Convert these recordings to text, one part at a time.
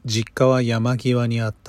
実家は山際にあった。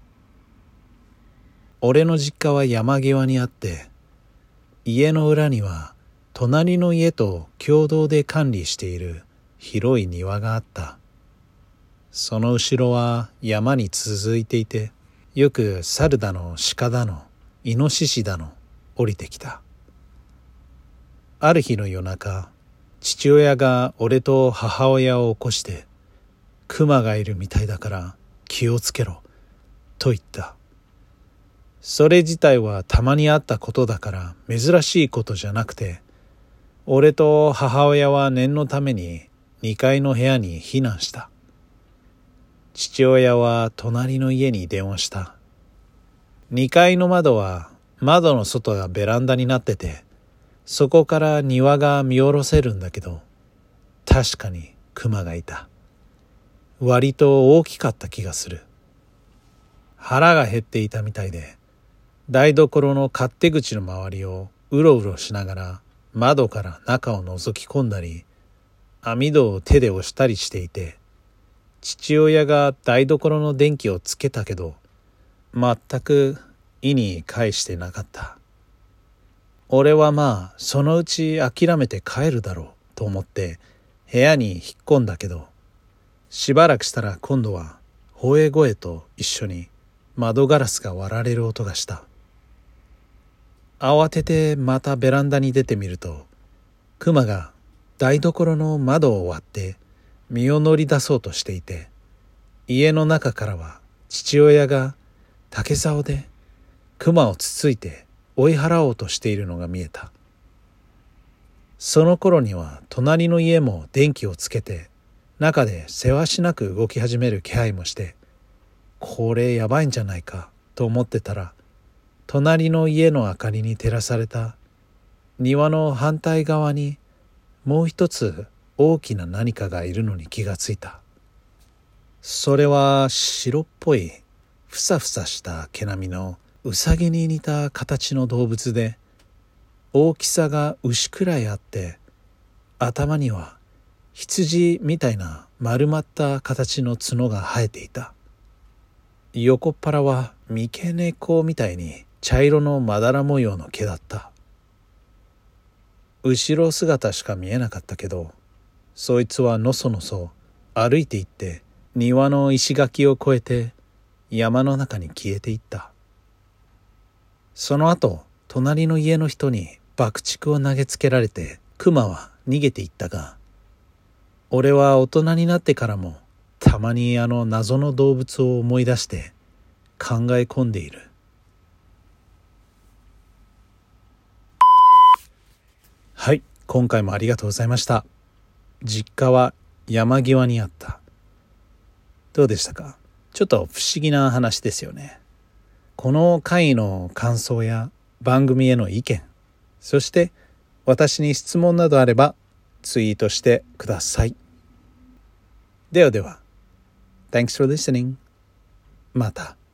俺の実家は山際にあって、家の裏には隣の家と共同で管理している広い庭があった。その後ろは山に続いていて、よく猿だの鹿だのイノシシだの降りてきた。ある日の夜中、父親が俺と母親を起こして、熊がいるみたいだから気をつけろと言った。それ自体はたまにあったことだから珍しいことじゃなくて、俺と母親は念のために2階の部屋に避難した。父親は隣の家に電話した。2階の窓は窓の外がベランダになってて、そこから庭が見下ろせるんだけど、確かに熊がいた。割と大きかった気がする。腹が減っていたみたいで、台所の勝手口の周りをうろうろしながら窓から中を覗き込んだり、網戸を手で押したりしていて、父親が台所の電気をつけたけど、全く意に介してなかった。俺はまあそのうち諦めて帰るだろうと思って部屋に引っ込んだけど、しばらくしたら今度は吠え声と一緒に窓ガラスが割られる音がした。慌ててまたベランダに出てみると、熊が台所の窓を割って身を乗り出そうとしていて、家の中からは父親が竹竿で熊をつついて追い払おうとしているのが見えた。その頃には隣の家も電気をつけて、中でせわしなく動き始める気配もして、これやばいんじゃないかと思ってたら、隣の家の明かりに照らされた庭の反対側にもう一つ大きな何かがいるのに気がついた。それは白っぽいふさふさした毛並みのウサギに似た形の動物で、大きさが牛くらいあって、頭には羊みたいな丸まった形の角が生えていた。横っ腹は三毛猫みたいに茶色のまだら模様の毛だった。後ろ姿しか見えなかったけど、そいつはのそのそ歩いていって庭の石垣を越えて山の中に消えていった。その後、隣の家の人に爆竹を投げつけられて熊は逃げていったが、俺は大人になってからもたまにあの謎の動物を思い出して考え込んでいる。はい、今回もありがとうございました。実家は山際にあった。どうでしたか？ちょっと不思議な話ですよね。この回の感想や番組への意見、そして私に質問などあればツイートしてください。ではでは。Thanks for listening. また。